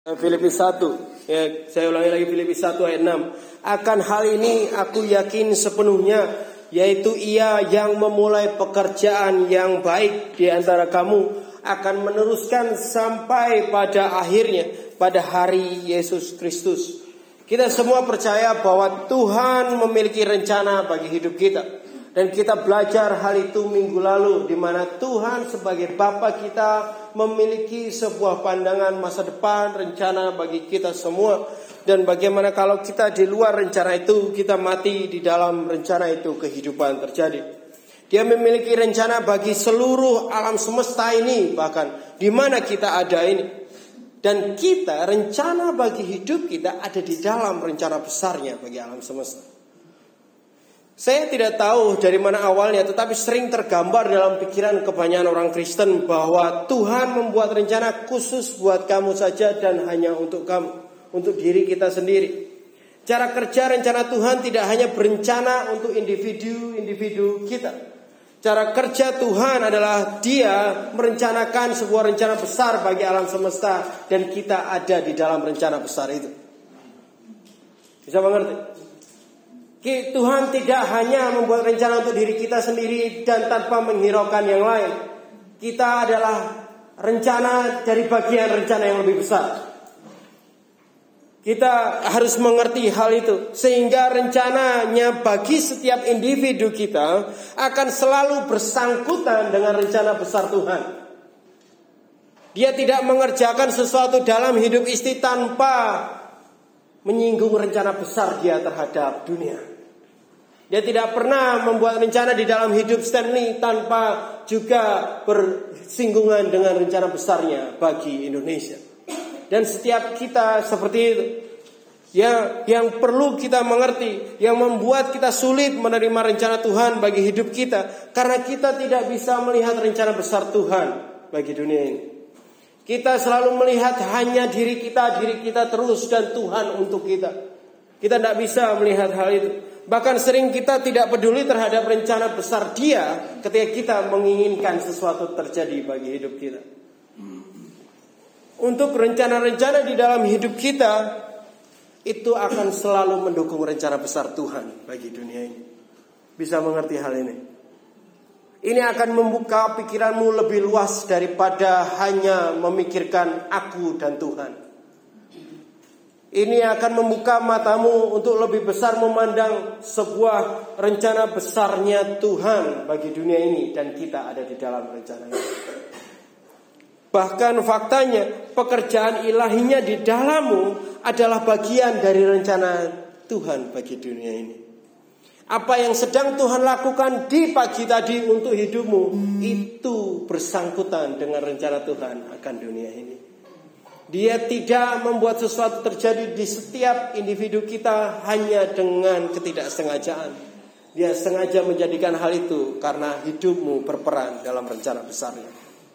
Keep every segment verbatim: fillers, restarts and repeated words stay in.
Filipi satu, ya, saya ulangi lagi Filipi satu ayat enam. Akan hal ini aku yakin sepenuhnya, yaitu Ia yang memulai pekerjaan yang baik di antara kamu akan meneruskan sampai pada akhirnya, pada hari Yesus Kristus. Kita semua percaya bahwa Tuhan memiliki rencana bagi hidup kita. Dan kita belajar hal itu minggu lalu, di mana Tuhan sebagai Bapa kita memiliki sebuah pandangan masa depan, rencana bagi kita semua. Dan bagaimana kalau kita di luar rencana itu, kita mati di dalam rencana itu, kehidupan terjadi. Dia memiliki rencana bagi seluruh alam semesta ini, bahkan di mana kita ada ini. Dan kita, rencana bagi hidup kita ada di dalam rencana besarnya bagi alam semesta. Saya tidak tahu dari mana awalnya, tetapi sering tergambar dalam pikiran kebanyakan orang Kristen bahwa Tuhan membuat rencana khusus buat kamu saja dan hanya untuk kamu, untuk diri kita sendiri. Cara kerja rencana Tuhan tidak hanya berencana untuk individu-individu kita. Cara kerja Tuhan adalah Dia merencanakan sebuah rencana besar bagi alam semesta, dan kita ada di dalam rencana besar itu. Bisa mengerti? Tuhan tidak hanya membuat rencana untuk diri kita sendiri dan tanpa menghiraukan yang lain. Kita adalah rencana dari bagian rencana yang lebih besar. Kita harus mengerti hal itu, sehingga rencananya bagi setiap individu kita akan selalu bersangkutan dengan rencana besar Tuhan. Dia tidak mengerjakan sesuatu dalam hidup istri tanpa menyinggung rencana besar Dia terhadap dunia. Dia tidak pernah membuat rencana di dalam hidup Stanley tanpa juga bersinggungan dengan rencana besarnya bagi Indonesia. Dan setiap kita seperti itu. Ya, yang perlu kita mengerti, yang membuat kita sulit menerima rencana Tuhan bagi hidup kita, karena kita tidak bisa melihat rencana besar Tuhan bagi dunia ini. Kita selalu melihat hanya diri kita, diri kita terus, dan Tuhan untuk kita. Kita tidak bisa melihat hal itu. Bahkan sering kita tidak peduli terhadap rencana besar Dia ketika kita menginginkan sesuatu terjadi bagi hidup kita. Untuk rencana-rencana di dalam hidup kita, itu akan selalu mendukung rencana besar Tuhan bagi dunia ini. Bisa mengerti hal ini? Ini akan membuka pikiranmu lebih luas daripada hanya memikirkan aku dan Tuhan. Ini akan membuka matamu untuk lebih besar memandang sebuah rencana besarnya Tuhan bagi dunia ini, dan kita ada di dalam rencana ini. Bahkan faktanya pekerjaan ilahinya di dalammu adalah bagian dari rencana Tuhan bagi dunia ini. Apa yang sedang Tuhan lakukan di pagi tadi untuk hidupmu, itu bersangkutan dengan rencana Tuhan akan dunia ini. Dia tidak membuat sesuatu terjadi di setiap individu kita hanya dengan ketidaksengajaan. Dia sengaja menjadikan hal itu karena hidupmu berperan dalam rencana besarnya.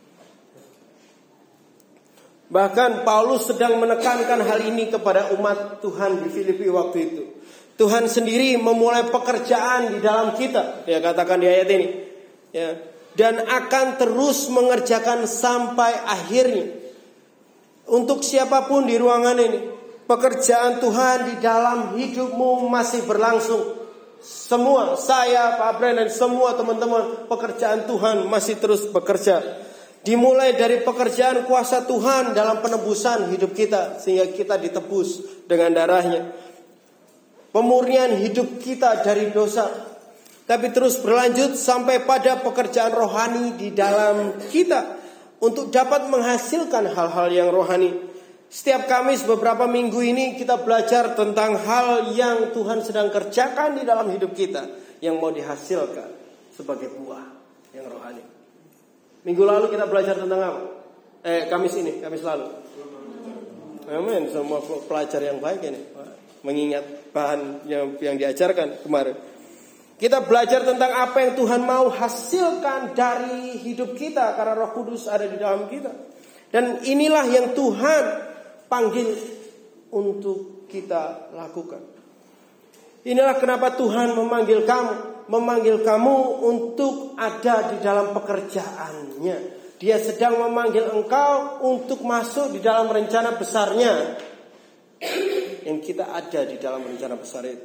Bahkan Paulus sedang menekankan hal ini kepada umat Tuhan di Filipi waktu itu. Tuhan sendiri memulai pekerjaan di dalam kita, ya katakan di ayat ini, ya, dan akan terus mengerjakan sampai akhirnya. Untuk siapapun di ruangan ini, pekerjaan Tuhan di dalam hidupmu masih berlangsung. Semua, saya, Pak Bren, dan semua teman-teman, pekerjaan Tuhan masih terus bekerja. Dimulai dari pekerjaan kuasa Tuhan dalam penebusan hidup kita, sehingga kita ditebus dengan darahnya. Pemurnian hidup kita dari dosa, tapi terus berlanjut sampai pada pekerjaan rohani di dalam kita, untuk dapat menghasilkan hal-hal yang rohani. Setiap Kamis beberapa minggu ini kita belajar tentang hal yang Tuhan sedang kerjakan di dalam hidup kita, yang mau dihasilkan sebagai buah yang rohani. Minggu lalu kita belajar tentang apa? Eh, Kamis ini, Kamis lalu. Amin, semua pelajar yang baik ini, mengingat bahan yang, yang diajarkan kemarin. Kita belajar tentang apa yang Tuhan mau hasilkan dari hidup kita, karena Roh Kudus ada di dalam kita. Dan inilah yang Tuhan panggil untuk kita lakukan. Inilah kenapa Tuhan memanggil kamu, memanggil kamu untuk ada di dalam pekerjaannya. Dia sedang memanggil engkau untuk masuk di dalam rencana besarnya. Yang kita ada di dalam rencana besar itu.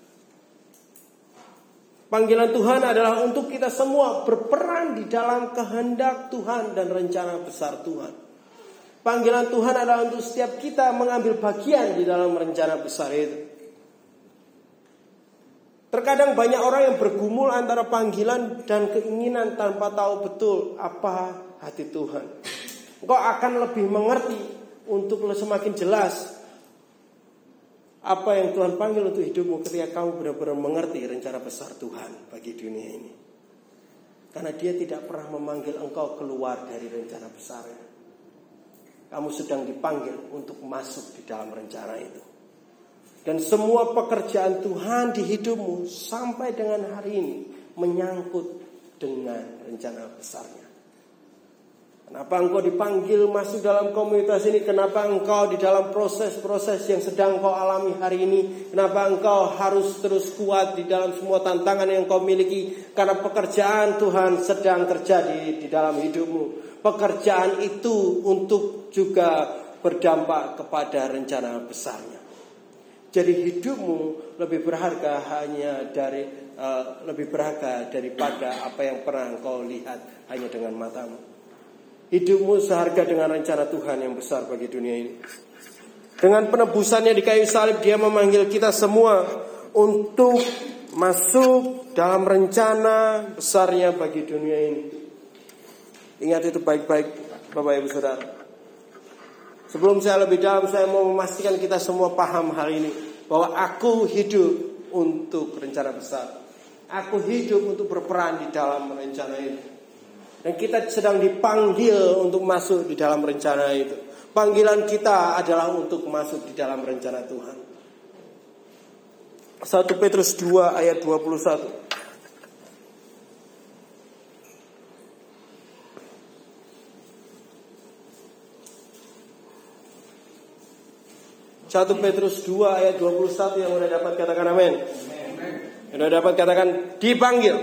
Panggilan Tuhan adalah untuk kita semua berperan di dalam kehendak Tuhan dan rencana besar Tuhan. Panggilan Tuhan adalah untuk setiap kita mengambil bagian di dalam rencana besar itu. Terkadang banyak orang yang bergumul antara panggilan dan keinginan tanpa tahu betul apa hati Tuhan. Engkau akan lebih mengerti untuk semakin jelas apa yang Tuhan panggil untuk hidupmu ketika kamu benar-benar mengerti rencana besar Tuhan bagi dunia ini. Karena Dia tidak pernah memanggil engkau keluar dari rencana besarnya. Kamu sedang dipanggil untuk masuk di dalam rencana itu. Dan semua pekerjaan Tuhan di hidupmu sampai dengan hari ini menyangkut dengan rencana besarnya. Kenapa engkau dipanggil masuk dalam komunitas ini? Kenapa engkau di dalam proses-proses yang sedang kau alami hari ini? Kenapa engkau harus terus kuat di dalam semua tantangan yang kau miliki? Karena pekerjaan Tuhan sedang terjadi di dalam hidupmu. Pekerjaan itu untuk juga berdampak kepada rencana besarnya. Jadi hidupmu lebih berharga hanya dari uh, lebih berharga daripada apa yang pernah engkau lihat hanya dengan matamu. Hidupmu seharga dengan rencana Tuhan yang besar bagi dunia ini. Dengan penebusannya di kayu salib, Dia memanggil kita semua untuk masuk dalam rencana besarnya bagi dunia ini. Ingat itu baik-baik, Bapak Ibu Saudara. Sebelum saya lebih dalam, saya mau memastikan kita semua paham hal ini, bahwa aku hidup untuk rencana besar. Aku hidup untuk berperan di dalam rencana itu. Dan kita sedang dipanggil untuk masuk di dalam rencana itu. Panggilan kita adalah untuk masuk di dalam rencana Tuhan. satu Petrus dua ayat dua puluh satu. satu Petrus dua ayat dua puluh satu yang sudah dapat katakan amin. Yang sudah dapat katakan dipanggil.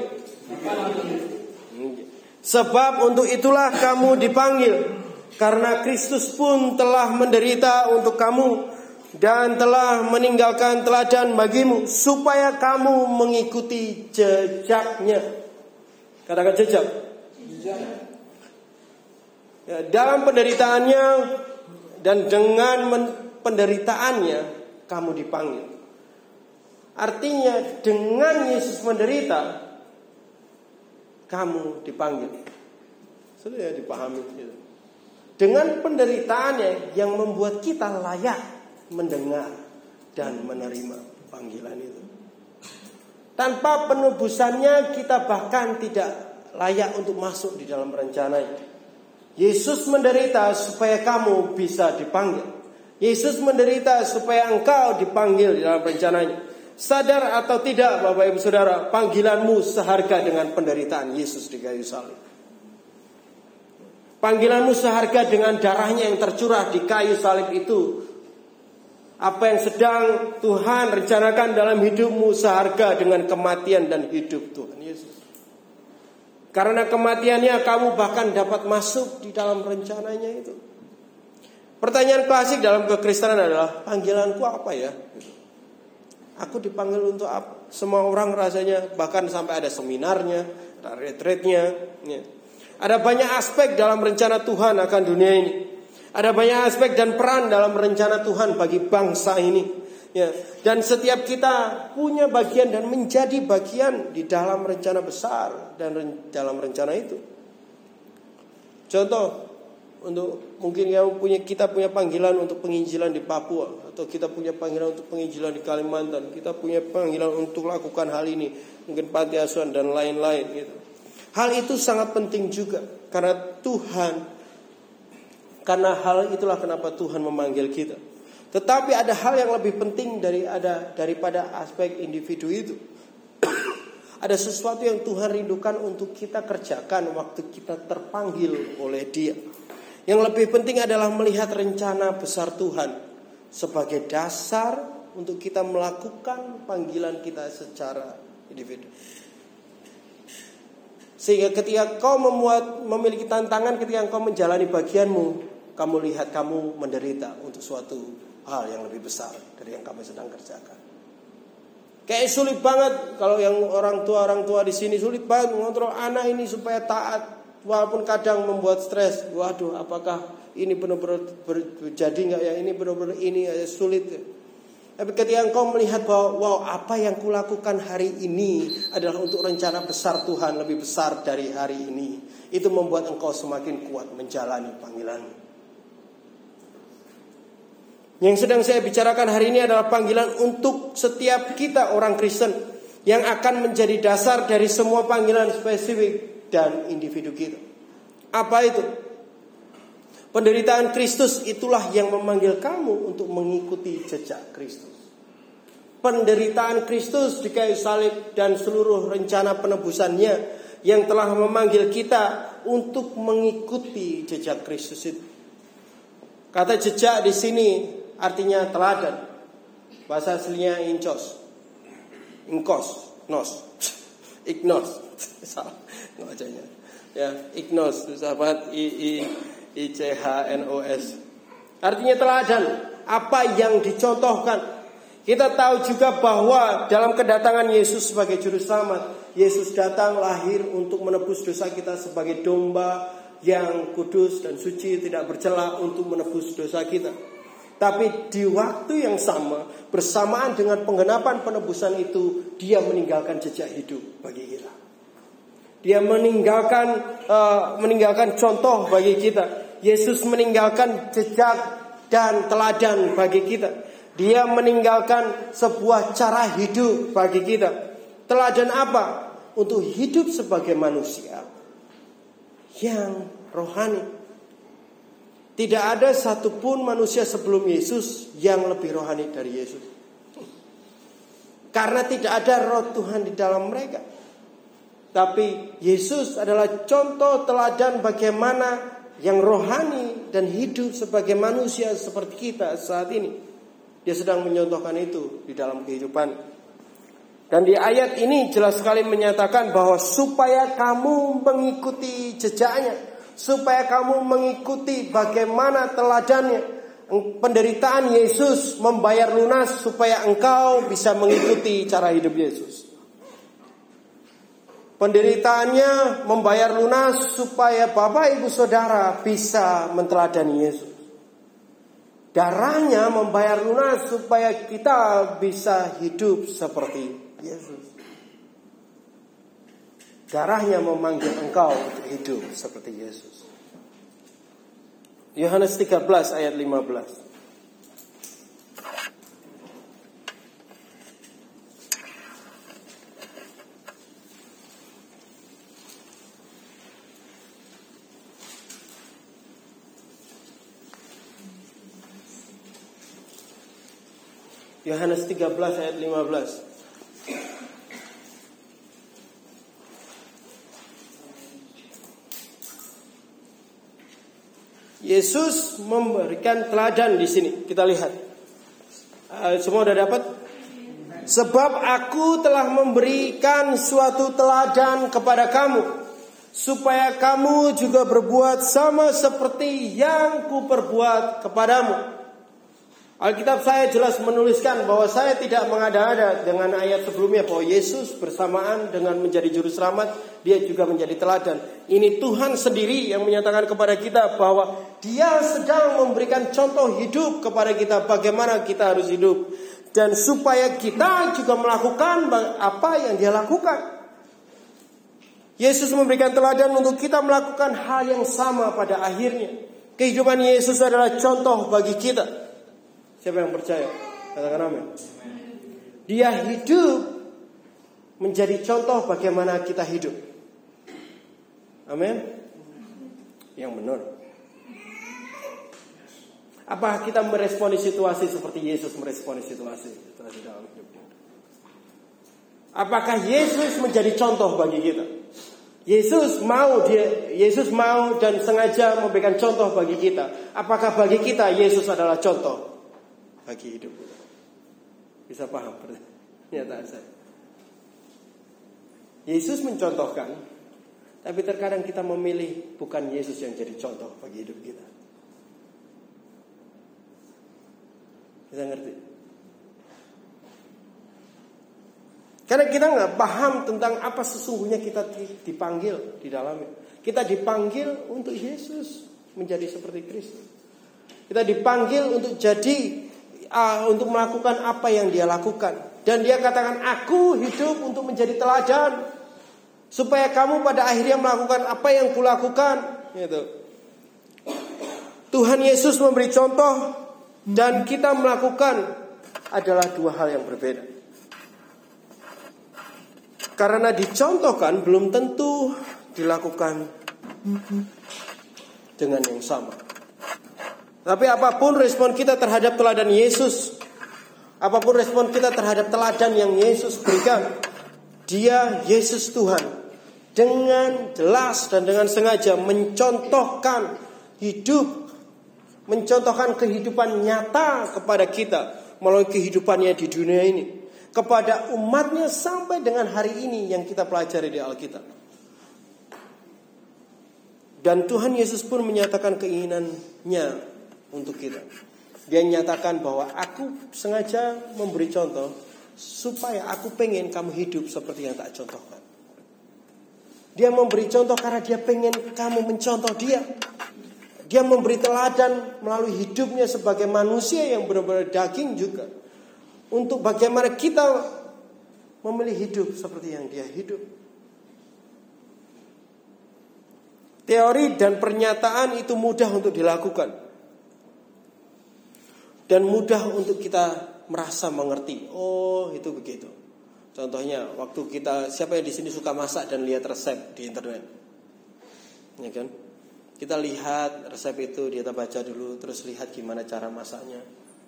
Sebab untuk itulah kamu dipanggil, karena Kristus pun telah menderita untuk kamu dan telah meninggalkan teladan bagimu, supaya kamu mengikuti jejaknya. Katakan jejak. Ya, dalam penderitaannya dan dengan men- penderitaannya kamu dipanggil. Artinya dengan Yesus menderita, kamu dipanggil. Sudah dipahami gitu. Dengan penderitaannya yang membuat kita layak mendengar dan menerima panggilan itu. Tanpa penebusannya kita bahkan tidak layak untuk masuk di dalam rencananya. Yesus menderita supaya kamu bisa dipanggil. Yesus menderita supaya engkau dipanggil di dalam rencananya. Sadar atau tidak Bapak Ibu Saudara, panggilanmu seharga dengan penderitaan Yesus di kayu salib. Panggilanmu seharga dengan darahnya yang tercurah di kayu salib itu. Apa yang sedang Tuhan rencanakan dalam hidupmu seharga dengan kematian dan hidup Tuhan Yesus. Karena kematiannya kamu bahkan dapat masuk di dalam rencananya itu. Pertanyaan klasik dalam kekristenan adalah, panggilanku apa ya? Aku dipanggil untuk apa? Semua orang rasanya, bahkan sampai ada seminarnya, ada retreatnya. Ya. Ada banyak aspek dalam rencana Tuhan akan dunia ini. Ada banyak aspek dan peran dalam rencana Tuhan bagi bangsa ini. Ya. Dan setiap kita punya bagian dan menjadi bagian di dalam rencana besar dan ren- dalam rencana itu. Contoh, untuk mungkin kamu punya kita punya panggilan untuk penginjilan di Papua, atau kita punya panggilan untuk penginjilan di Kalimantan, kita punya panggilan untuk lakukan hal ini, mungkin panti asuhan dan lain-lain gitu. Hal itu sangat penting juga karena Tuhan, karena hal itulah kenapa Tuhan memanggil kita. Tetapi ada hal yang lebih penting dari ada daripada aspek individu itu. Ada sesuatu yang Tuhan rindukan untuk kita kerjakan waktu kita terpanggil oleh Dia. Yang lebih penting adalah melihat rencana besar Tuhan sebagai dasar untuk kita melakukan panggilan kita secara individu. Sehingga ketika kau memuat, memiliki tantangan, ketika kau menjalani bagianmu, kamu lihat kamu menderita untuk suatu hal yang lebih besar dari yang kamu sedang kerjakan. Kayak sulit banget kalau yang orang tua orang tua di sini sulit banget mengontrol anak ini supaya taat, walaupun kadang membuat stres. Waduh, apakah ini benar-benar terjadi nggak ya? Ini benar-benar ini ya, sulit. Tapi ketika engkau melihat bahwa wow, apa yang kulakukan hari ini adalah untuk rencana besar Tuhan, lebih besar dari hari ini, itu membuat engkau semakin kuat menjalani panggilan. Yang sedang saya bicarakan hari ini adalah panggilan untuk setiap kita orang Kristen, yang akan menjadi dasar dari semua panggilan spesifik dan individu kita. Apa itu? Penderitaan Kristus itulah yang memanggil kamu untuk mengikuti jejak Kristus. Penderitaan Kristus di kayu salib dan seluruh rencana penebusannya yang telah memanggil kita untuk mengikuti jejak Kristus itu. Kata jejak di sini artinya teladan. Bahasa aslinya incos, ingkos, nos, ignos, salah bacanya. Ya, ignos, sahabat i i I C H N O S. Artinya teladan, apa yang dicontohkan. Kita tahu juga bahwa dalam kedatangan Yesus sebagai juru selamat, Yesus datang lahir untuk menebus dosa kita sebagai domba yang kudus dan suci, tidak bercela, untuk menebus dosa kita. Tapi di waktu yang sama, bersamaan dengan penggenapan penebusan itu, dia meninggalkan jejak hidup bagi kita. Dia meninggalkan uh, meninggalkan contoh bagi kita. Yesus meninggalkan jejak dan teladan bagi kita. Dia meninggalkan sebuah cara hidup bagi kita. Teladan apa? Untuk hidup sebagai manusia yang rohani. Tidak ada satupun manusia sebelum Yesus yang lebih rohani dari Yesus. Karena tidak ada roh Tuhan di dalam mereka. Tapi Yesus adalah contoh teladan bagaimana yang rohani dan hidup sebagai manusia seperti kita saat ini. Dia sedang menyontohkan itu di dalam kehidupan. Dan di ayat ini jelas sekali menyatakan bahwa supaya kamu mengikuti jejaknya, supaya kamu mengikuti bagaimana teladannya, penderitaan Yesus membayar lunas supaya engkau bisa mengikuti cara hidup Yesus. Penderitaannya membayar lunas supaya Bapak Ibu Saudara bisa menteladani Yesus. Darahnya membayar lunas supaya kita bisa hidup seperti Yesus. Darahnya memanggil engkau untuk hidup seperti Yesus. Yohanes tiga belas ayat lima belas. Yohanes tiga belas ayat lima belas. Yesus memberikan teladan di sini. Kita lihat. Uh, semua sudah dapat? Sebab aku telah memberikan suatu teladan kepada kamu, supaya kamu juga berbuat sama seperti yang kuperbuat kepadamu. Alkitab saya jelas menuliskan bahwa saya tidak mengada-ada dengan ayat sebelumnya bahwa Yesus bersamaan dengan menjadi juru selamat, dia juga menjadi teladan. Ini Tuhan sendiri yang menyatakan kepada kita bahwa dia sedang memberikan contoh hidup kepada kita bagaimana kita harus hidup. Dan supaya kita juga melakukan apa yang dia lakukan. Yesus memberikan teladan untuk kita melakukan hal yang sama pada akhirnya. Kehidupan Yesus adalah contoh bagi kita. Siapa yang percaya? Katakan amin. Dia hidup menjadi contoh bagaimana kita hidup. Amin. Yang benar. Apa kita meresponi situasi seperti Yesus meresponi situasi situasi dalam hidupnya? Apakah Yesus menjadi contoh bagi kita? Yesus mau dia Yesus mau dan sengaja memberikan contoh bagi kita. Apakah bagi kita Yesus adalah contoh bagi hidup kita? Bisa paham pernyataan saya? Yesus mencontohkan Tapi terkadang kita memilih bukan Yesus yang jadi contoh bagi hidup kita. Kita ngerti? Karena kita nggak paham tentang apa sesungguhnya kita dipanggil di dalamnya. Kita dipanggil untuk Yesus menjadi seperti Kristus. Kita dipanggil untuk jadi uh, untuk melakukan apa yang Dia lakukan. Dan Dia katakan, aku hidup untuk menjadi teladan, supaya kamu pada akhirnya melakukan apa yang kulakukan. Gitu. Tuhan Yesus memberi contoh, dan kita melakukan adalah dua hal yang berbeda. Karena dicontohkan belum tentu dilakukan dengan yang sama. Tapi apapun respon kita terhadap teladan Yesus, apapun respon kita terhadap teladan yang Yesus berikan, Dia, Yesus Tuhan, dengan jelas dan dengan sengaja mencontohkan hidup, mencontohkan kehidupan nyata kepada kita melalui kehidupannya di dunia ini, kepada umatnya sampai dengan hari ini yang kita pelajari di Alkitab. Dan Tuhan Yesus pun menyatakan keinginannya untuk kita. Dia nyatakan bahwa aku sengaja memberi contoh supaya aku pengen kamu hidup seperti yang tak contohkan. Dia memberi contoh karena Dia pengen kamu mencontoh Dia. Dia memberi teladan melalui hidupnya sebagai manusia yang benar-benar daging juga, untuk bagaimana kita memilih hidup seperti yang Dia hidup. Teori dan pernyataan itu mudah untuk dilakukan, dan mudah untuk kita merasa mengerti. Oh, itu begitu. Contohnya, waktu kita, siapa yang di sini suka masak dan lihat resep di internet, ya kan? Kita lihat resep itu, kita baca dulu, terus lihat gimana cara masaknya.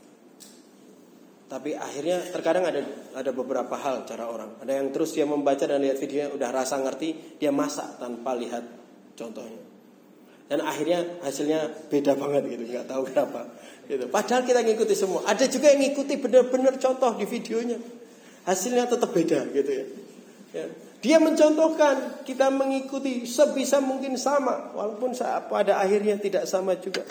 Tapi akhirnya terkadang ada ada beberapa hal cara orang. Ada yang terus dia membaca dan lihat videonya, udah rasa ngerti, dia masak tanpa lihat contohnya. Dan akhirnya hasilnya beda banget gitu, nggak tahu kenapa. Gitu. Padahal kita ngikuti semua. Ada juga yang ngikuti benar-benar contoh di videonya, hasilnya tetap beda gitu ya. Ya. Dia mencontohkan, kita mengikuti sebisa mungkin sama, walaupun pada akhirnya tidak sama juga.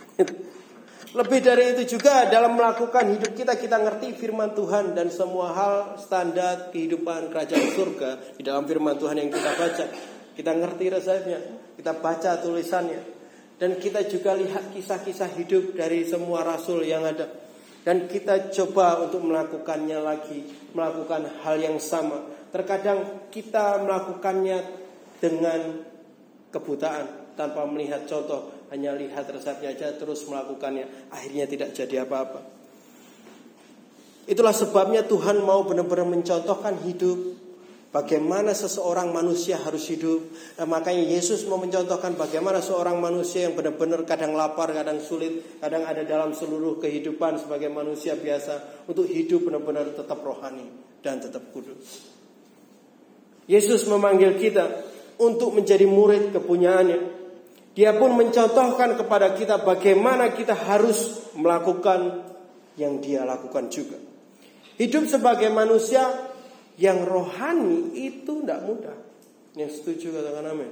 Lebih dari itu juga dalam melakukan hidup kita, kita ngerti firman Tuhan dan semua hal standar kehidupan kerajaan surga di dalam firman Tuhan yang kita baca. Kita ngerti resepnya, kita baca tulisannya, dan kita juga lihat kisah-kisah hidup dari semua rasul yang ada. Dan kita coba untuk melakukannya lagi, melakukan hal yang sama. Terkadang kita melakukannya dengan kebutaan, tanpa melihat contoh, hanya lihat resepnya aja terus melakukannya, akhirnya tidak jadi apa-apa. Itulah sebabnya Tuhan mau benar-benar mencontohkan hidup, bagaimana seseorang manusia harus hidup. Nah, makanya Yesus mau mencontohkan bagaimana seorang manusia yang benar-benar kadang lapar, kadang sulit, kadang ada dalam seluruh kehidupan sebagai manusia biasa, untuk hidup benar-benar tetap rohani dan tetap kudus. Yesus memanggil kita untuk menjadi murid kepunyaannya. Dia pun mencontohkan kepada kita bagaimana kita harus melakukan yang Dia lakukan juga. Hidup sebagai manusia yang rohani itu tidak mudah. Yang setuju katakan amin.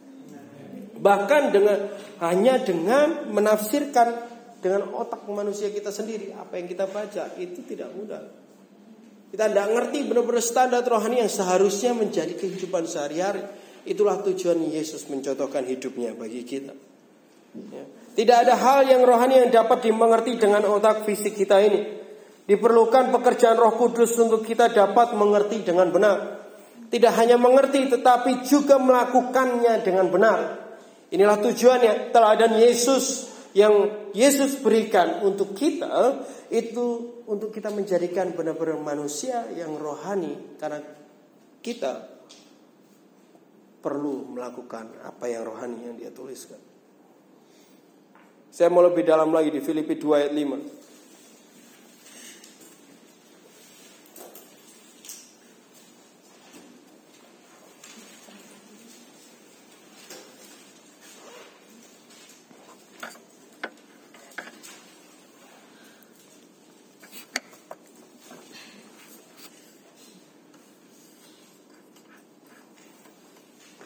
Bahkan dengan hanya dengan menafsirkan dengan otak manusia kita sendiri apa yang kita baca, itu tidak mudah. Kita tidak ngerti benar-benar standar rohani yang seharusnya menjadi kehidupan sehari-hari. Itulah tujuan Yesus mencontohkan hidupnya bagi kita. Ya. Tidak ada hal yang rohani yang dapat dimengerti dengan otak fisik kita ini. Diperlukan pekerjaan Roh Kudus untuk kita dapat mengerti dengan benar. Tidak hanya mengerti, tetapi juga melakukannya dengan benar. Inilah tujuannya, teladan Yesus yang Yesus berikan untuk kita, itu untuk kita menjadikan benar-benar manusia yang rohani. Karena kita perlu melakukan apa yang rohani yang Dia tuliskan. Saya mau lebih dalam lagi di Filipi dua ayat lima.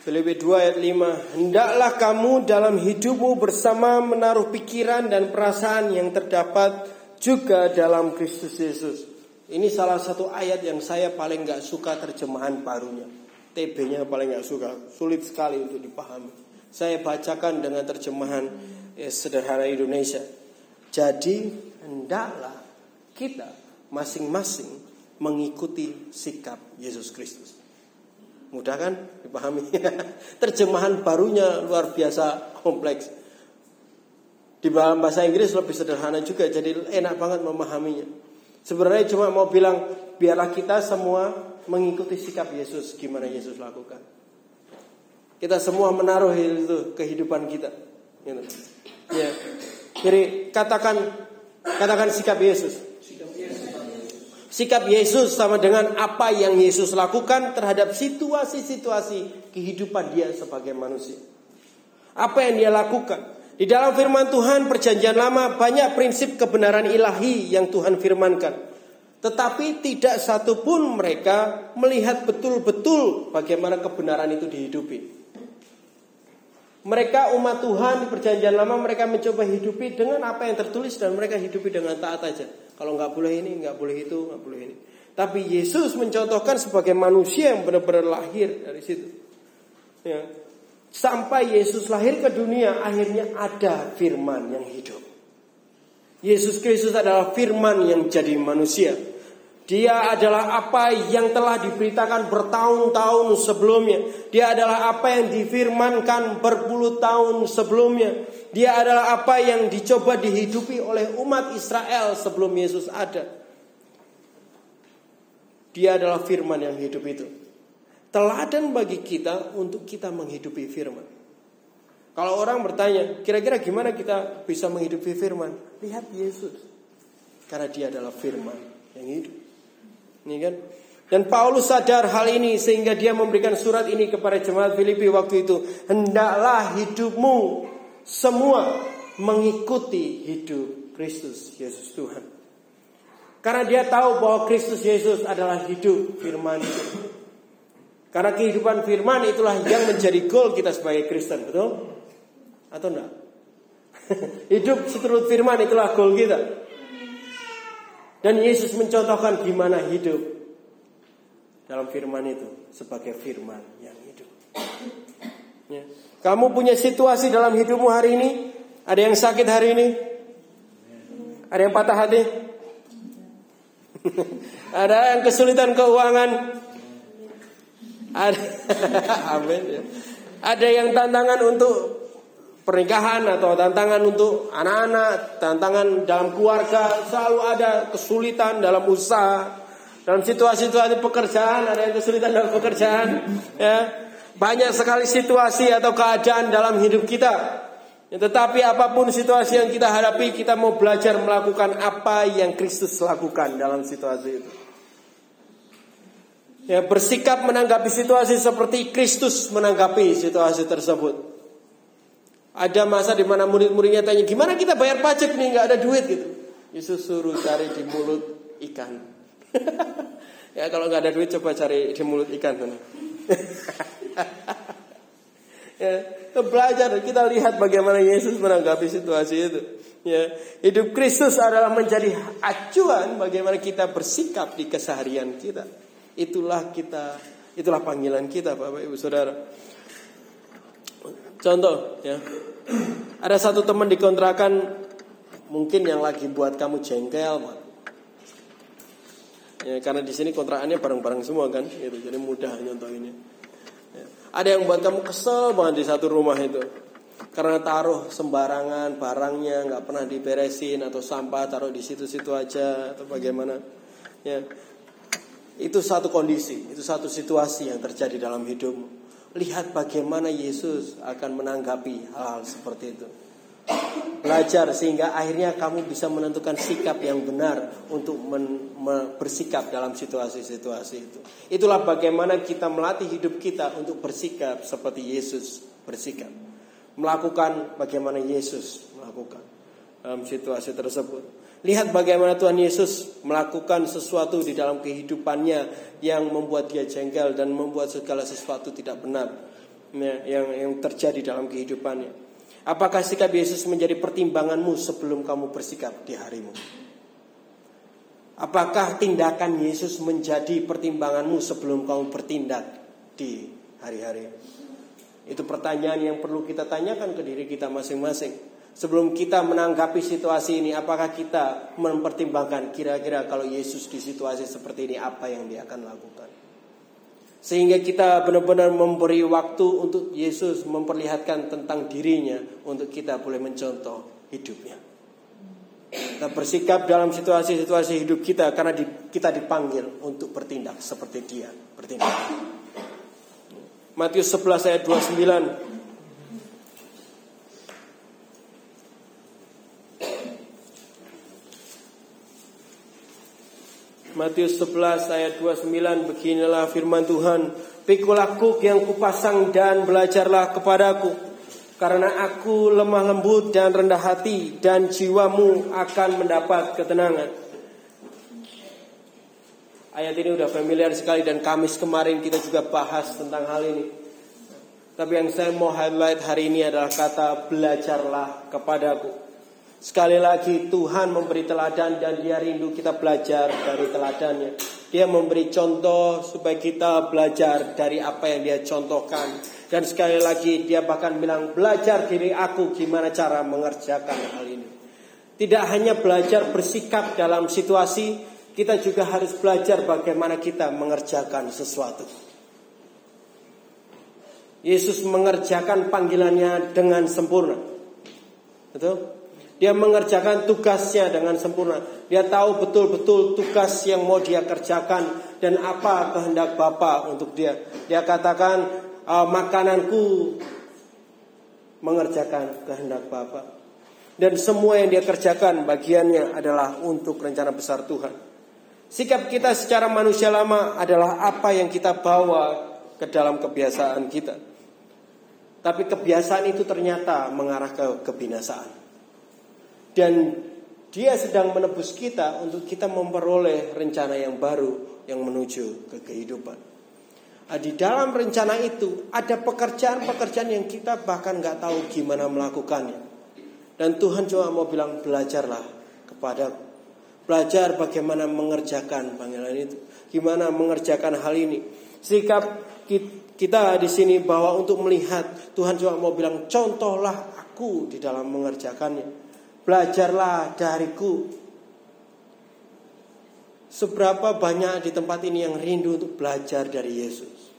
Filipi dua ayat lima. Hendaklah kamu dalam hidupmu bersama menaruh pikiran dan perasaan yang terdapat juga dalam Kristus Yesus. Ini salah satu ayat yang saya paling gak suka terjemahan barunya. T B-nya paling gak suka. Sulit sekali untuk dipahami. Saya bacakan dengan terjemahan eh, sederhana Indonesia. Jadi hendaklah kita masing-masing mengikuti sikap Yesus Kristus. Mudah kan dipahami? Terjemahan barunya luar biasa kompleks. Di dalam bahasa Inggris lebih sederhana juga, jadi enak banget memahaminya. Sebenarnya cuma mau bilang biarlah kita semua mengikuti sikap Yesus, gimana Yesus lakukan. Kita semua menaruh itu kehidupan kita. Gitu. Ya. Jadi katakan katakan sikap Yesus. Sikap Yesus sama dengan apa yang Yesus lakukan terhadap situasi-situasi kehidupan dia sebagai manusia. Apa yang dia lakukan? Di dalam firman Tuhan perjanjian lama banyak prinsip kebenaran ilahi yang Tuhan firmankan. Tetapi tidak satu pun mereka melihat betul-betul bagaimana kebenaran itu dihidupi. Mereka umat Tuhan di perjanjian lama mereka mencoba hidupi dengan apa yang tertulis dan mereka hidupi dengan taat aja. Kalau nggak boleh ini, nggak boleh itu, nggak boleh ini. Tapi Yesus mencontohkan sebagai manusia yang benar-benar lahir dari situ. Ya. Sampai Yesus lahir ke dunia, akhirnya ada firman yang hidup. Yesus Kristus adalah firman yang jadi manusia. Dia adalah apa yang telah diberitakan bertahun-tahun sebelumnya. Dia adalah apa yang difirmankan berpuluh tahun sebelumnya. Dia adalah apa yang dicoba dihidupi oleh umat Israel sebelum Yesus ada. Dia adalah firman yang hidup itu. Teladan bagi kita untuk kita menghidupi firman. Kalau orang bertanya, kira-kira gimana kita bisa menghidupi firman? Lihat Yesus. Karena dia adalah firman yang hidup. Ini kan? Dan Paulus sadar hal ini sehingga dia memberikan surat ini kepada jemaat Filipi waktu itu. Hendaklah hidupmu semua mengikuti hidup Kristus Yesus Tuhan. Karena dia tahu bahwa Kristus Yesus adalah hidup firman itu. Karena kehidupan firman itulah yang menjadi goal kita sebagai Kristen, betul? Atau enggak? Hidup seturut firman itulah goal kita. Dan Yesus mencontohkan gimana hidup dalam firman itu sebagai firman yang hidup. Ya. Kamu punya situasi dalam hidupmu hari ini? Ada yang sakit hari ini? Ada yang patah hati? Ada yang kesulitan keuangan? Ada, amin. Ya. Ada yang tantangan untuk pernikahan atau tantangan untuk anak-anak, tantangan dalam keluarga, selalu ada kesulitan dalam usaha, dalam situasi-situasi pekerjaan, ada yang kesulitan dalam pekerjaan, ya. Banyak sekali situasi atau keadaan dalam hidup kita. Ya, tetapi apapun situasi yang kita hadapi, kita mau belajar melakukan apa yang Kristus lakukan dalam situasi itu. Ya, bersikap menanggapi situasi seperti Kristus menanggapi situasi tersebut. Ada masa di mana murid-muridnya tanya, gimana kita bayar pajak nih, nggak ada duit gitu. Yesus suruh cari di mulut ikan. Ya kalau nggak ada duit coba cari di mulut ikan. Ya, belajar kita lihat bagaimana Yesus menanggapi situasi itu. Ya, hidup Kristus adalah menjadi acuan bagaimana kita bersikap di keseharian kita. Itulah kita, itulah panggilan kita, Bapak Ibu Saudara. Contoh, ya, ada satu teman di kontrakan mungkin yang lagi buat kamu jengkel, ya, karena di sini kontrakannya bareng-bareng semua kan, gitu, jadi mudah nyontohinnya. Ya. Ada yang buat kamu kesel banget di satu rumah itu, karena taruh sembarangan barangnya, nggak pernah diberesin atau sampah taruh di situ-situ aja atau bagaimana, ya. Itu satu kondisi, itu satu situasi yang terjadi dalam hidupmu. Lihat bagaimana Yesus akan menanggapi hal-hal seperti itu. Belajar sehingga akhirnya kamu bisa menentukan sikap yang benar untuk men- men- bersikap dalam situasi-situasi itu. Itulah bagaimana kita melatih hidup kita untuk bersikap seperti Yesus bersikap. Melakukan bagaimana Yesus melakukan dalam situasi tersebut. Lihat bagaimana Tuhan Yesus melakukan sesuatu di dalam kehidupannya yang membuat dia jengkel dan membuat segala sesuatu tidak benar. yang yang terjadi dalam kehidupannya. Apakah sikap Yesus menjadi pertimbanganmu sebelum kamu bersikap di harimu? Apakah tindakan Yesus menjadi pertimbanganmu sebelum kamu bertindak di hari-hari? Itu pertanyaan yang perlu kita tanyakan ke diri kita masing-masing. Sebelum kita menanggapi situasi ini, apakah kita mempertimbangkan kira-kira kalau Yesus di situasi seperti ini apa yang dia akan lakukan? Sehingga kita benar-benar memberi waktu untuk Yesus memperlihatkan tentang dirinya, untuk kita boleh mencontoh hidupnya. Kita bersikap dalam situasi-situasi hidup kita karena di, kita dipanggil untuk bertindak seperti dia bertindak. Matius sebelas ayat dua puluh sembilan. Matius sebelas ayat dua puluh sembilan, beginilah firman Tuhan. Pikulah kuk yang kupasang dan belajarlah kepadaku, karena aku lemah lembut dan rendah hati, dan jiwamu akan mendapat ketenangan. Ayat ini udah familiar sekali dan Kamis kemarin kita juga bahas tentang hal ini. Tapi yang saya mau highlight hari ini adalah kata belajarlah kepadaku. Sekali lagi Tuhan memberi teladan dan dia rindu kita belajar dari teladannya. Dia memberi contoh supaya kita belajar dari apa yang dia contohkan. Dan sekali lagi dia bahkan bilang, belajar dari aku gimana cara mengerjakan hal ini. Tidak hanya belajar bersikap dalam situasi, kita juga harus belajar bagaimana kita mengerjakan sesuatu. Yesus mengerjakan panggilannya dengan sempurna. Betul? Dia mengerjakan tugasnya dengan sempurna. Dia tahu betul-betul tugas yang mau dia kerjakan dan apa kehendak Bapa untuk dia. Dia katakan, e, makananku mengerjakan kehendak Bapa. Dan semua yang dia kerjakan bagiannya adalah untuk rencana besar Tuhan. Sikap kita secara manusia lama adalah apa yang kita bawa ke dalam kebiasaan kita. Tapi kebiasaan itu ternyata mengarah ke kebinasaan. Dan dia sedang menebus kita untuk kita memperoleh rencana yang baru yang menuju ke kehidupan. Nah, di dalam rencana itu ada pekerjaan-pekerjaan yang kita bahkan gak tahu gimana melakukannya. Dan Tuhan cuma mau bilang, belajarlah kepadaku. Belajar bagaimana mengerjakan panggilan itu. Gimana mengerjakan hal ini. Sikap kita di sini bahwa untuk melihat, Tuhan cuma mau bilang, contohlah aku di dalam mengerjakannya. Belajarlah dariku. Seberapa banyak di tempat ini yang rindu untuk belajar dari Yesus?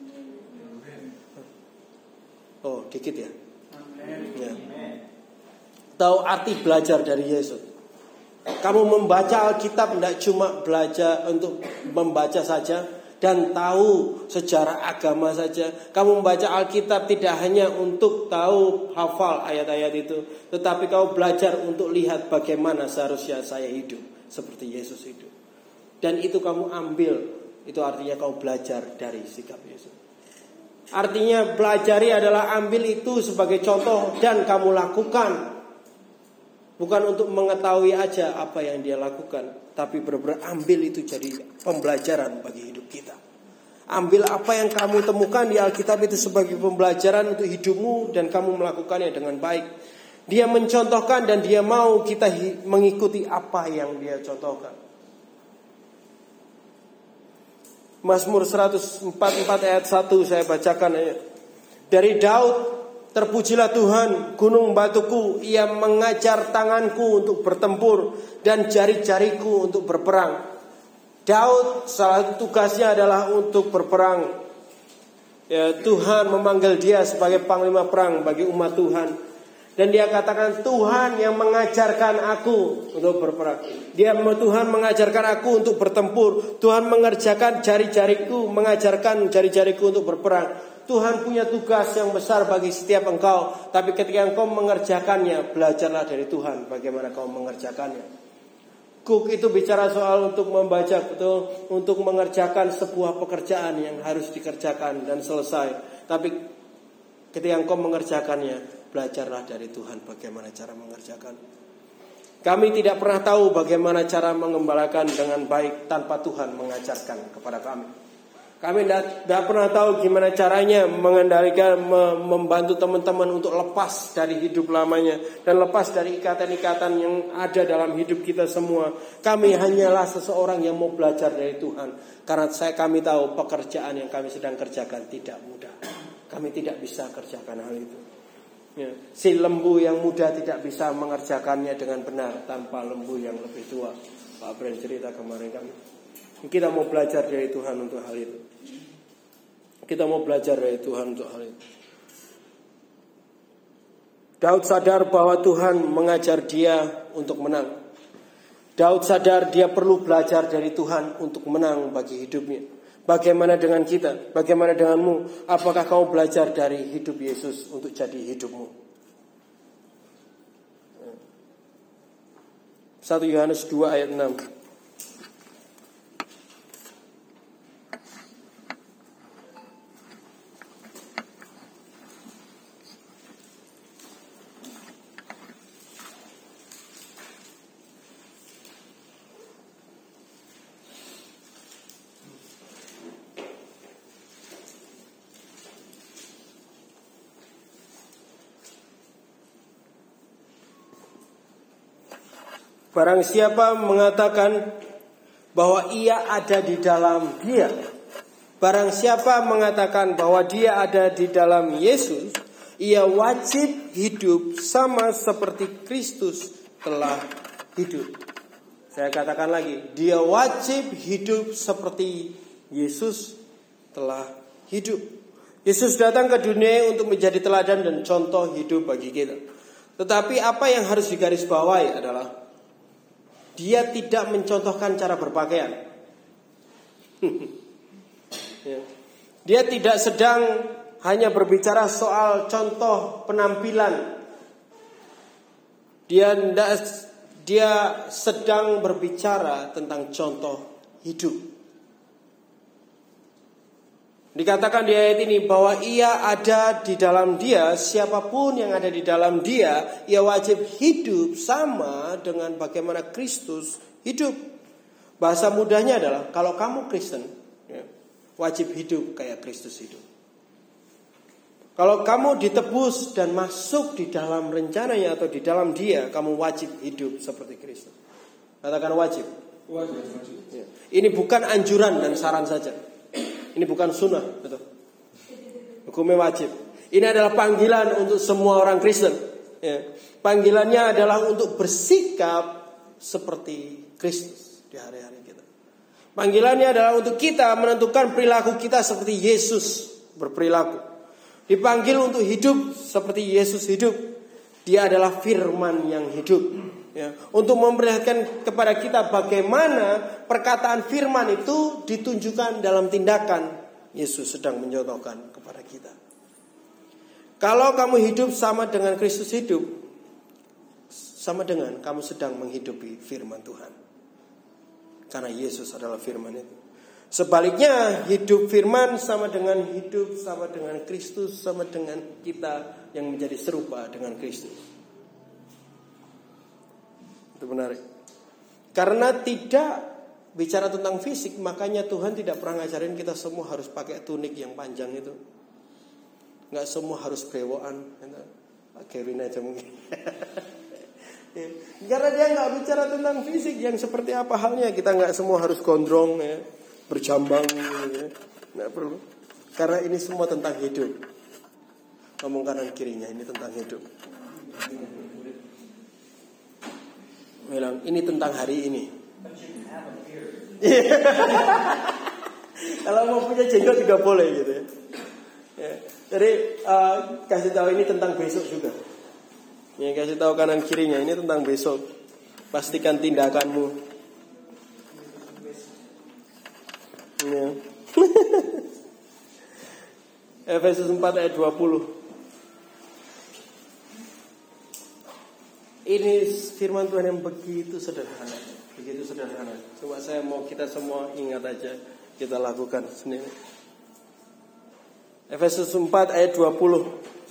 Oh, dikit ya. Ya. Tahu arti belajar dari Yesus. Kamu membaca Alkitab tidak cuma belajar untuk membaca saja dan tahu sejarah agama saja. Kamu membaca Alkitab tidak hanya untuk tahu hafal ayat-ayat itu, tetapi kamu belajar untuk lihat bagaimana seharusnya saya hidup seperti Yesus hidup. Dan itu kamu ambil, itu artinya kamu belajar dari sikap Yesus. Artinya belajari adalah ambil itu sebagai contoh dan kamu lakukan. Bukan untuk mengetahui aja apa yang dia lakukan, tapi benar-benar ambil itu jadi pembelajaran bagi hidup kita. Ambil apa yang kamu temukan di Alkitab itu sebagai pembelajaran untuk hidupmu dan kamu melakukannya dengan baik. Dia mencontohkan dan dia mau kita mengikuti apa yang dia contohkan. Mazmur seratus empat puluh empat ayat satu saya bacakan ayat. Dari Daud, terpujilah Tuhan, gunung batuku, ia mengajar tanganku untuk bertempur dan jari-jariku untuk berperang. Daud salah satu tugasnya adalah untuk berperang. Ya, Tuhan memanggil dia sebagai panglima perang bagi umat Tuhan. Dan dia katakan, Tuhan yang mengajarkan aku untuk berperang. Dia Tuhan mengajarkan aku untuk bertempur. Tuhan mengerjakan jari-jariku, mengajarkan jari-jariku untuk berperang. Tuhan punya tugas yang besar bagi setiap engkau. Tapi ketika engkau mengerjakannya, belajarlah dari Tuhan bagaimana kau mengerjakannya. Cook itu bicara soal untuk membaca, betul, untuk mengerjakan sebuah pekerjaan yang harus dikerjakan dan selesai. Tapi ketika engkau mengerjakannya, belajarlah dari Tuhan bagaimana cara mengerjakan. Kami tidak pernah tahu bagaimana cara mengembalakan dengan baik tanpa Tuhan mengajarkan kepada kami. Kami tidak pernah tahu gimana caranya mengendalikan, membantu teman-teman untuk lepas dari hidup lamanya dan lepas dari ikatan-ikatan yang ada dalam hidup kita semua. Kami hanyalah seseorang yang mau belajar dari Tuhan. Karena saya kami tahu pekerjaan yang kami sedang kerjakan tidak mudah. Kami tidak bisa kerjakan hal itu. Ya. Si lembu yang muda tidak bisa mengerjakannya dengan benar tanpa lembu yang lebih tua. Pak Bren cerita kemarin kami. Kita mau belajar dari Tuhan untuk hal itu. Kita mau belajar dari Tuhan untuk hal itu. Daud sadar bahwa Tuhan mengajar dia untuk menang. Daud sadar dia perlu belajar dari Tuhan untuk menang bagi hidupnya. Bagaimana dengan kita? Bagaimana denganmu? Apakah kamu belajar dari hidup Yesus untuk jadi hidupmu? satu Yohanes dua ayat enam. Barang siapa mengatakan bahwa ia ada di dalam dia, barang siapa mengatakan bahwa dia ada di dalam Yesus, ia wajib hidup sama seperti Kristus telah hidup. Saya katakan lagi, dia wajib hidup seperti Yesus telah hidup. Yesus datang ke dunia untuk menjadi teladan dan contoh hidup bagi kita. Tetapi apa yang harus digarisbawahi adalah dia tidak mencontohkan cara berpakaian. Dia tidak sedang hanya berbicara soal contoh penampilan. Dia tidak, dia sedang berbicara tentang contoh hidup. Dikatakan di ayat ini bahwa ia ada di dalam dia, siapapun yang ada di dalam dia, ia wajib hidup sama dengan bagaimana Kristus hidup. Bahasa mudahnya adalah kalau kamu Kristen, ya, wajib hidup kayak Kristus hidup. Kalau kamu ditebus dan masuk di dalam rencananya atau di dalam dia, kamu wajib hidup seperti Kristus. Katakan wajib. Wajib. Ya. Ini bukan anjuran dan saran saja. Ini bukan sunnah, betul. Hukumnya wajib. Ini adalah panggilan untuk semua orang Kristen. Ya. Panggilannya adalah untuk bersikap seperti Kristus di hari-hari kita. Panggilannya adalah untuk kita menentukan perilaku kita seperti Yesus berperilaku. Dipanggil untuk hidup seperti Yesus hidup. Dia adalah firman yang hidup. Ya, untuk memperlihatkan kepada kita bagaimana perkataan firman itu ditunjukkan dalam tindakan. Yesus sedang menyontohkan kepada kita. Kalau kamu hidup sama dengan Kristus hidup, sama dengan kamu sedang menghidupi firman Tuhan. Karena Yesus adalah firman itu. Sebaliknya hidup firman sama dengan hidup sama dengan Kristus, sama dengan kita yang menjadi serupa dengan Kristus. Itu menarik. Karena tidak bicara tentang fisik, makanya Tuhan tidak pernah ngajarin kita semua harus pakai tunik yang panjang itu. Nggak semua harus brewokan. Kevin aja mungkin. Ya. Karena dia nggak bicara tentang fisik yang seperti apa halnya. Kita nggak semua harus gondrong, ya, berjambang, ya. Nggak perlu. Karena ini semua tentang hidup. Ngomong kanan kirinya, ini tentang hidup. Bilang ini tentang hari ini. Kalau mau punya jenggot juga boleh gitu ya. Ya. Jadi uh, kasih tahu ini tentang besok juga. Ya, kasih tahu kanan kirinya ini tentang besok. Pastikan tindakanmu. Ya. Efesus empat ayat dua puluh. Ini firman Tuhan yang begitu sederhana, begitu sederhana. Coba saya mau kita semua ingat aja, kita lakukan sendiri. Efesus empat ayat dua puluh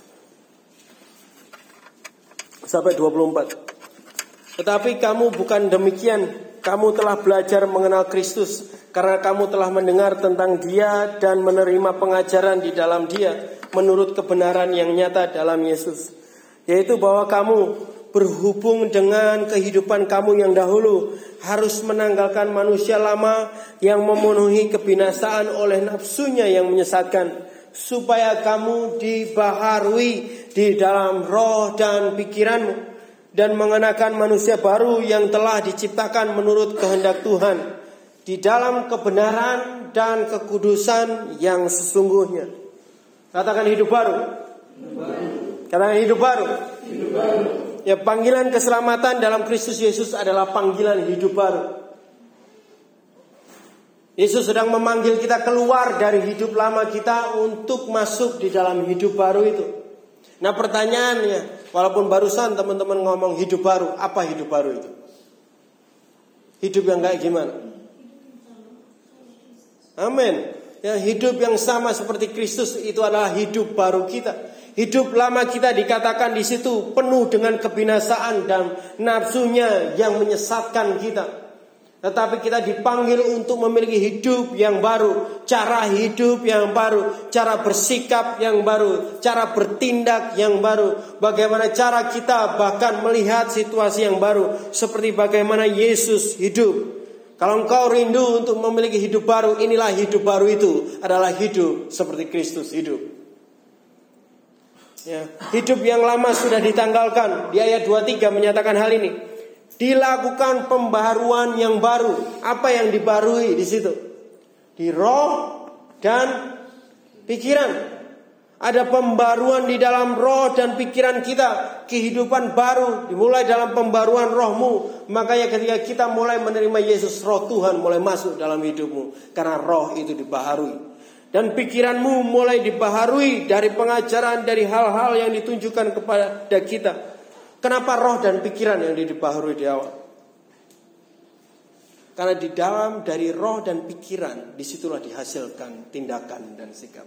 sampai dua puluh empat. Tetapi kamu bukan demikian, kamu telah belajar mengenal Kristus karena kamu telah mendengar tentang Dia dan menerima pengajaran di dalam Dia menurut kebenaran yang nyata dalam Yesus, yaitu bahwa kamu berhubung dengan kehidupan kamu yang dahulu harus menanggalkan manusia lama yang memenuhi kebinasaan oleh nafsunya yang menyesatkan, supaya kamu dibaharui di dalam roh dan pikiranmu, dan mengenakan manusia baru yang telah diciptakan menurut kehendak Tuhan di dalam kebenaran dan kekudusan yang sesungguhnya. Katakan hidup baru. Katakan hidup baru. Hidup baru. Ya, panggilan keselamatan dalam Kristus Yesus adalah panggilan hidup baru. Yesus sedang memanggil kita keluar dari hidup lama kita untuk masuk di dalam hidup baru itu. Nah, pertanyaannya, walaupun barusan teman-teman ngomong hidup baru, apa hidup baru itu? Hidup yang kayak gimana? Amin. Ya, hidup yang sama seperti Kristus itu adalah hidup baru kita. Hidup lama kita dikatakan di situ penuh dengan kebinasaan dan nafsunya yang menyesatkan kita. Tetapi kita dipanggil untuk memiliki hidup yang baru, cara hidup yang baru, cara bersikap yang baru, cara bertindak yang baru, bagaimana cara kita bahkan melihat situasi yang baru, seperti bagaimana Yesus hidup. Kalau engkau rindu untuk memiliki hidup baru, inilah hidup baru itu adalah hidup seperti Kristus hidup. Ya, hidup yang lama sudah ditanggalkan. Di ayat dua puluh tiga menyatakan hal ini. Dilakukan pembaharuan yang baru. Apa yang dibarui di situ? Di roh dan pikiran. Ada pembaruan di dalam roh dan pikiran kita. Kehidupan baru dimulai dalam pembaruan rohmu. Makanya ketika kita mulai menerima Yesus, roh Tuhan mulai masuk dalam hidupmu. Karena roh itu dibaharui. Dan pikiranmu mulai dibaharui dari pengajaran, dari hal-hal yang ditunjukkan kepada kita. Kenapa roh dan pikiran yang dibaharui di awal? Karena di dalam dari roh dan pikiran, disitulah dihasilkan tindakan dan sikap.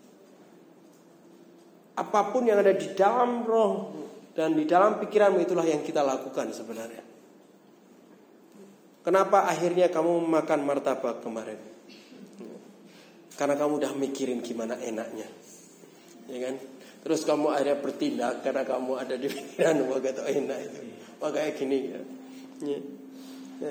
Apapun yang ada di dalam roh dan di dalam pikiranmu, itulah yang kita lakukan sebenarnya. Kenapa akhirnya kamu makan martabak kemarin? Karena kamu udah mikirin gimana enaknya, ya kan? Terus kamu akhirnya bertindak karena kamu ada di pikiran, wah kata enak itu, wah kayak gini ya. Ya. Ya.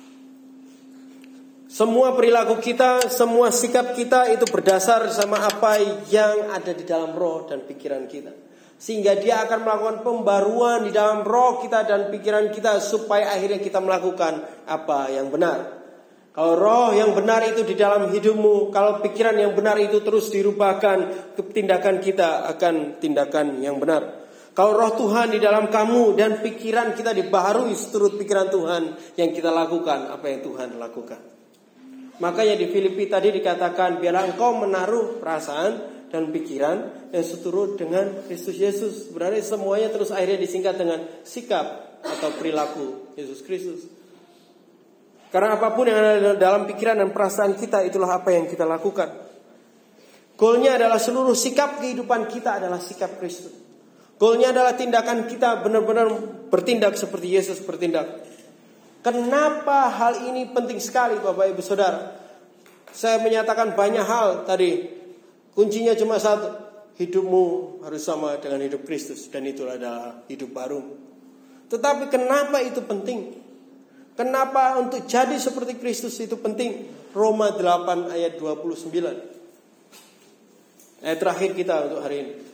Semua perilaku kita, semua sikap kita itu berdasar sama apa yang ada di dalam roh dan pikiran kita. Sehingga dia akan melakukan pembaruan di dalam roh kita dan pikiran kita supaya akhirnya kita melakukan apa yang benar. Kalau roh yang benar itu di dalam hidupmu, kalau pikiran yang benar itu terus dirubahkan, tindakan kita akan tindakan yang benar. Kalau roh Tuhan di dalam kamu dan pikiran kita dibaharui seturut pikiran Tuhan, yang kita lakukan apa yang Tuhan lakukan. Makanya di Filipi tadi dikatakan, biarlah engkau menaruh perasaan dan pikiran yang seturut dengan Kristus Yesus. Berarti semuanya terus akhirnya disingkat dengan sikap atau perilaku Yesus Kristus. Karena apapun yang ada dalam pikiran dan perasaan kita, itulah apa yang kita lakukan. Goalnya adalah seluruh sikap kehidupan kita adalah sikap Kristus. Goalnya adalah tindakan kita benar-benar bertindak seperti Yesus bertindak. Kenapa hal ini penting sekali Bapak Ibu Saudara? Saya menyatakan banyak hal tadi. Kuncinya cuma satu. Hidupmu harus sama dengan hidup Kristus. Dan itulah adalah hidup baru. Tetapi kenapa itu penting? Kenapa untuk jadi seperti Kristus itu penting? Roma delapan ayat dua puluh sembilan. Ayat terakhir kita untuk hari ini.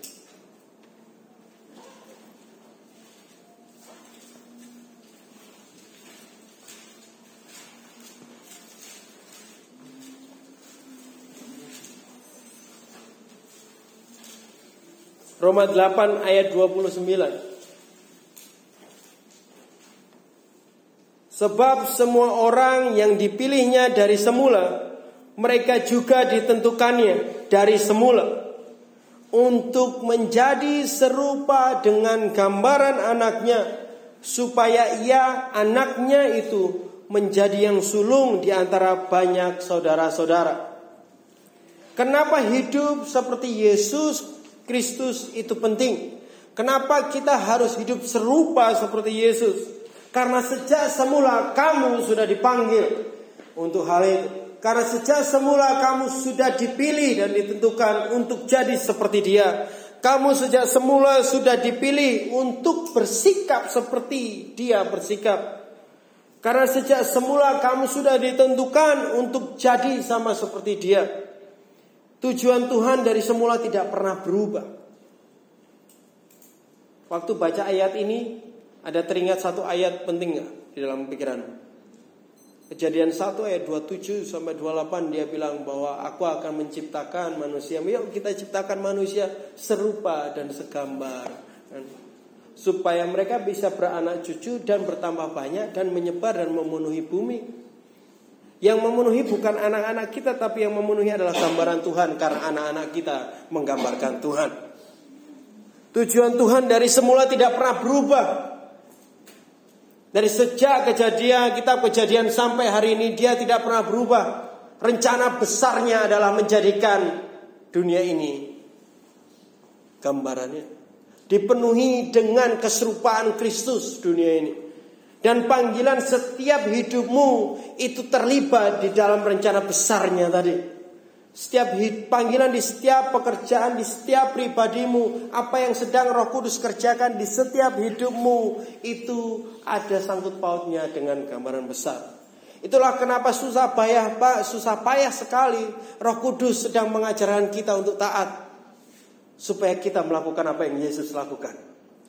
Roma delapan ayat dua puluh sembilan. Sebab semua orang yang dipilihnya dari semula, mereka juga ditentukannya dari semula untuk menjadi serupa dengan gambaran anaknya, supaya ia anaknya itu menjadi yang sulung di antara banyak saudara-saudara. Kenapa hidup seperti Yesus Kristus itu penting? Kenapa kita harus hidup serupa seperti Yesus? Karena sejak semula kamu sudah dipanggil untuk hal itu. Karena sejak semula kamu sudah dipilih dan ditentukan untuk jadi seperti Dia. Kamu sejak semula sudah dipilih untuk bersikap seperti Dia bersikap. Karena sejak semula kamu sudah ditentukan untuk jadi sama seperti Dia. Tujuan Tuhan dari semula tidak pernah berubah. Waktu baca ayat ini, ada teringat satu ayat penting gak di dalam pikiranmu? Kejadian satu ayat dua puluh tujuh sampai dua puluh delapan, dia bilang bahwa aku akan menciptakan manusia. Yuk kita ciptakan manusia serupa dan segambar, supaya mereka bisa beranak cucu dan bertambah banyak dan menyebar dan memenuhi bumi. Yang memenuhi bukan anak-anak kita, tapi yang memenuhi adalah gambaran Tuhan, karena anak-anak kita menggambarkan Tuhan. Tujuan Tuhan dari semula tidak pernah berubah. Dari sejak kejadian, kitab Kejadian sampai hari ini, Dia tidak pernah berubah. Rencana besarnya adalah menjadikan dunia ini, gambarannya, dipenuhi dengan keserupaan Kristus dunia ini. Dan panggilan setiap hidupmu itu terlibat di dalam rencana besarnya tadi. Setiap panggilan di setiap pekerjaan, di setiap pribadimu, apa yang sedang Roh Kudus kerjakan di setiap hidupmu, itu ada sangkut pautnya dengan gambaran besar. Itulah kenapa susah payah Pak, susah payah sekali Roh Kudus sedang mengajarkan kita untuk taat, supaya kita melakukan apa yang Yesus lakukan.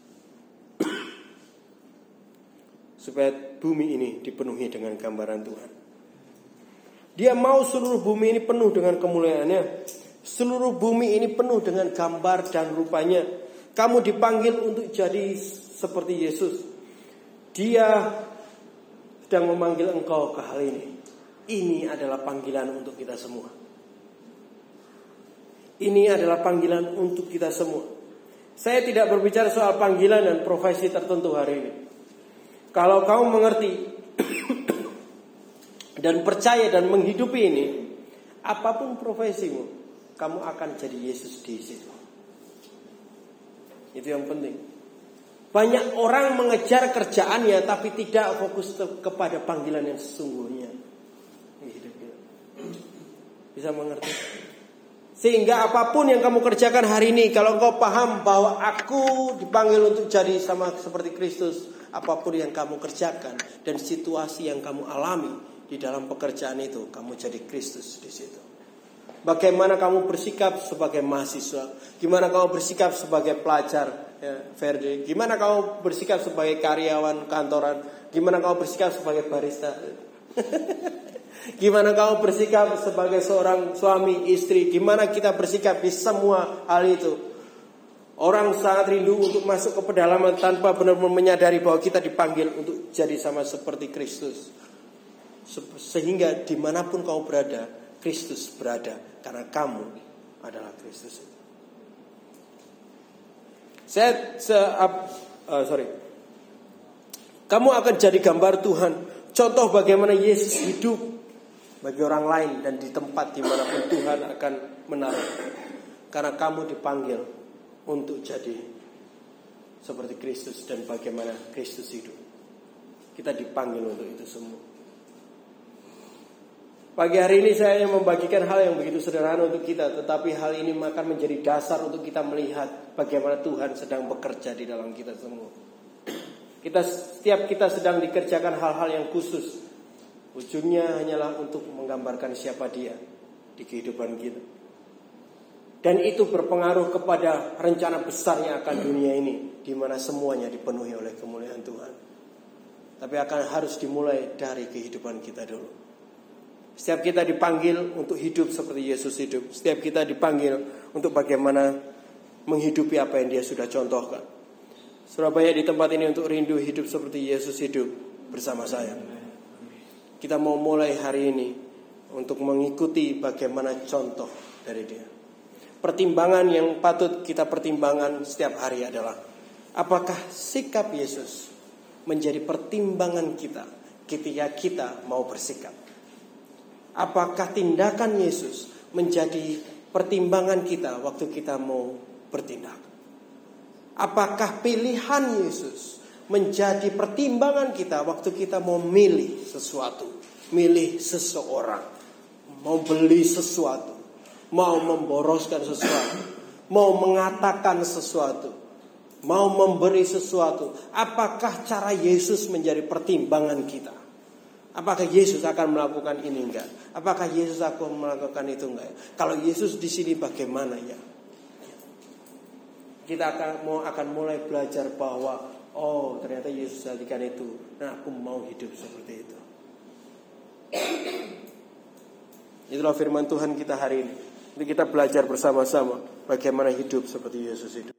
Supaya bumi ini dipenuhi dengan gambaran Tuhan. Dia mau seluruh bumi ini penuh dengan kemuliaannya. Seluruh bumi ini penuh dengan gambar dan rupanya. Kamu dipanggil untuk jadi seperti Yesus. Dia sedang memanggil engkau ke hal ini. Ini adalah panggilan untuk kita semua. Ini adalah panggilan untuk kita semua. Saya tidak berbicara soal panggilan dan profesi tertentu hari ini. Kalau kamu mengerti dan percaya dan menghidupi ini, apapun profesimu, kamu akan jadi Yesus di situ. Itu yang penting. Banyak orang mengejar kerjaannya tapi tidak fokus kepada panggilan yang sesungguhnya. Bisa mengerti? Sehingga apapun yang kamu kerjakan hari ini, kalau engkau paham bahwa aku dipanggil untuk jadi sama seperti Kristus, apapun yang kamu kerjakan dan situasi yang kamu alami di dalam pekerjaan itu, kamu jadi Kristus di situ. Bagaimana kamu bersikap sebagai mahasiswa? Gimana kamu bersikap sebagai pelajar, ya, Ferdi? Gimana kamu bersikap sebagai karyawan kantoran? Gimana kamu bersikap sebagai barista? Gimana kamu bersikap sebagai seorang suami, istri? Gimana kita bersikap di semua hal itu? Orang sangat rindu untuk masuk ke pedalaman tanpa benar-benar menyadari bahwa kita dipanggil untuk jadi sama seperti Kristus. Sehingga dimanapun kamu berada, Kristus berada, karena kamu adalah Kristus. Saya, saya uh, sorry. Kamu akan jadi gambar Tuhan, contoh bagaimana Yesus hidup bagi orang lain dan di tempat dimanapun Tuhan akan menaruh. Karena kamu dipanggil untuk jadi seperti Kristus dan bagaimana Kristus hidup. Kita dipanggil untuk itu semua. Pagi hari ini saya ingin membagikan hal yang begitu sederhana untuk kita, tetapi hal ini akan menjadi dasar untuk kita melihat bagaimana Tuhan sedang bekerja di dalam kita semua. Kita setiap kita sedang dikerjakan hal-hal yang khusus. Ujungnya hanyalah untuk menggambarkan siapa Dia di kehidupan kita. Dan itu berpengaruh kepada rencana besarnya akan dunia ini, di mana semuanya dipenuhi oleh kemuliaan Tuhan. Tapi akan harus dimulai dari kehidupan kita dulu. Setiap kita dipanggil untuk hidup seperti Yesus hidup. Setiap kita dipanggil untuk bagaimana menghidupi apa yang Dia sudah contohkan. Surabaya di tempat ini untuk rindu hidup seperti Yesus hidup bersama saya. Kita mau mulai hari ini untuk mengikuti bagaimana contoh dari Dia. Pertimbangan yang patut kita pertimbangkan setiap hari adalah, apakah sikap Yesus menjadi pertimbangan kita ketika kita mau bersikap? Apakah tindakan Yesus menjadi pertimbangan kita waktu kita mau bertindak? Apakah pilihan Yesus menjadi pertimbangan kita waktu kita mau milih sesuatu, milih seseorang, mau beli sesuatu, mau memboroskan sesuatu, mau mengatakan sesuatu, mau memberi sesuatu, apakah cara Yesus menjadi pertimbangan kita? Apakah Yesus akan melakukan ini enggak? Apakah Yesus akan melakukan itu enggak? Kalau Yesus di sini bagaimana ya? Kita akan mau akan mulai belajar bahwa oh ternyata Yesus jadikan itu, dan aku mau hidup seperti itu. Itulah firman Tuhan kita hari ini. Jadi kita belajar bersama-sama bagaimana hidup seperti Yesus itu.